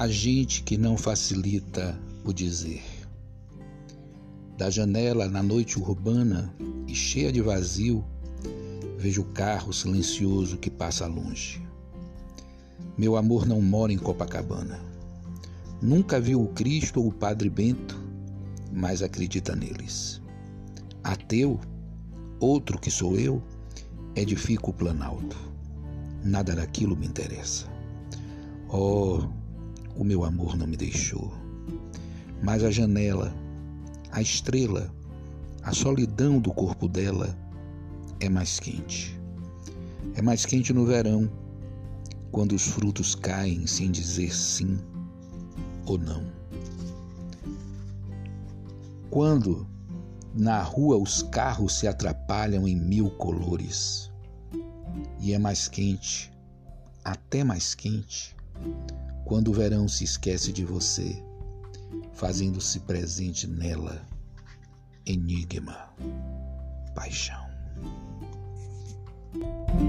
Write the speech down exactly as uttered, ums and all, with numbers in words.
a gente que não facilita o dizer. Da janela na noite urbana e cheia de vazio, vejo o carro silencioso que passa longe. Meu amor não mora em Copacabana. Nunca viu o Cristo ou o Padre Bento, mas acredita neles. Ateu, outro que sou eu, edifico o Planalto. Nada daquilo me interessa. Oh, o meu amor não me deixou. Mas a janela, a estrela, a solidão do corpo dela é mais quente. É mais quente no verão, quando os frutos caem sem dizer sim ou não. Quando na rua os carros se atrapalham em mil colores. E é mais quente, até mais quente, quando o verão se esquece de você, fazendo-se presente nela, enigma, paixão.